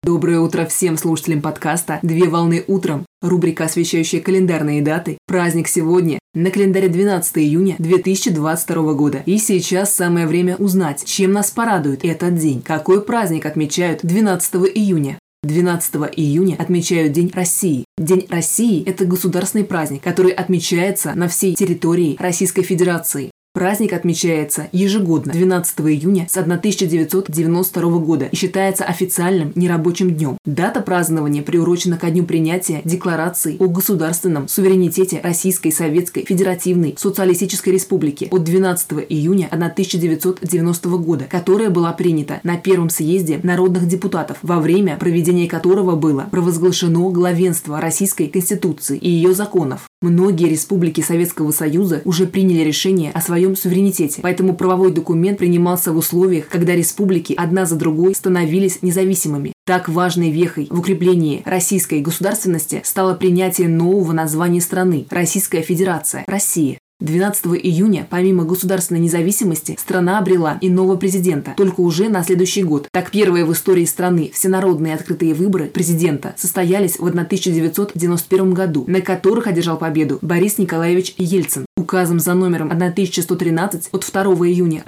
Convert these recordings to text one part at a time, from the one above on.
Доброе утро всем слушателям подкаста «Две волны утром». Рубрика, освещающая календарные даты. Праздник сегодня. На календаре 12 июня 2022 года. И сейчас самое время узнать, чем нас порадует этот день. Какой праздник отмечают 12 июня? 12 июня отмечают День России. День России – это государственный праздник, который отмечается на всей территории Российской Федерации. Праздник отмечается ежегодно 12 июня с 1992 года и считается официальным нерабочим днем. Дата празднования приурочена ко дню принятия Декларации о государственном суверенитете Российской Советской Федеративной Социалистической Республики от 12 июня 1990 года, которая была принята на Первом съезде народных депутатов, во время проведения которого было провозглашено главенство Российской Конституции и ее законов. Многие республики Советского Союза уже приняли решение о своем суверенитете, поэтому правовой документ принимался в условиях, когда республики одна за другой становились независимыми. Так важной вехой в укреплении российской государственности стало принятие нового названия страны – Российская Федерация, Россия. 12 июня, помимо государственной независимости, страна обрела и нового президента, только уже на следующий год. Так, первые в истории страны всенародные открытые выборы президента состоялись в 1991 году, на которых одержал победу Борис Николаевич Ельцин. Указом за номером 1113 от 2 июня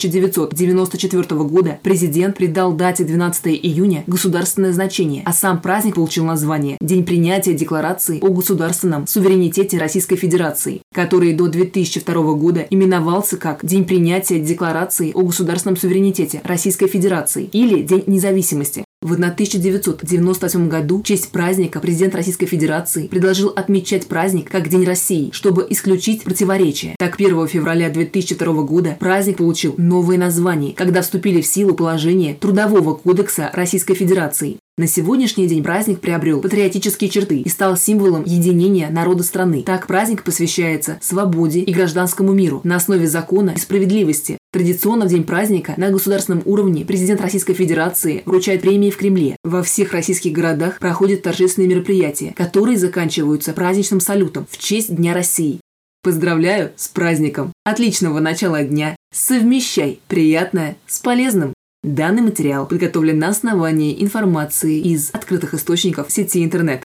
1994 года президент придал дате 12 июня государственное значение, а сам праздник получил название «День принятия Декларации о государственном суверенитете Российской Федерации», который до 2002 года именовался как День принятия Декларации о государственном суверенитете Российской Федерации или День независимости. В 1998 году в честь праздника президент Российской Федерации предложил отмечать праздник как День России, чтобы исключить противоречия. Так, 1 февраля 2002 года праздник получил новое название, когда вступили в силу положения Трудового кодекса Российской Федерации. На сегодняшний день праздник приобрел патриотические черты и стал символом единения народа страны. Так, праздник посвящается свободе и гражданскому миру на основе закона и справедливости. Традиционно в день праздника на государственном уровне президент Российской Федерации вручает премии в Кремле. Во всех российских городах проходят торжественные мероприятия, которые заканчиваются праздничным салютом в честь Дня России. Поздравляю с праздником! Отличного начала дня! Совмещай приятное с полезным! Данный материал подготовлен на основании информации из открытых источников в сети интернет.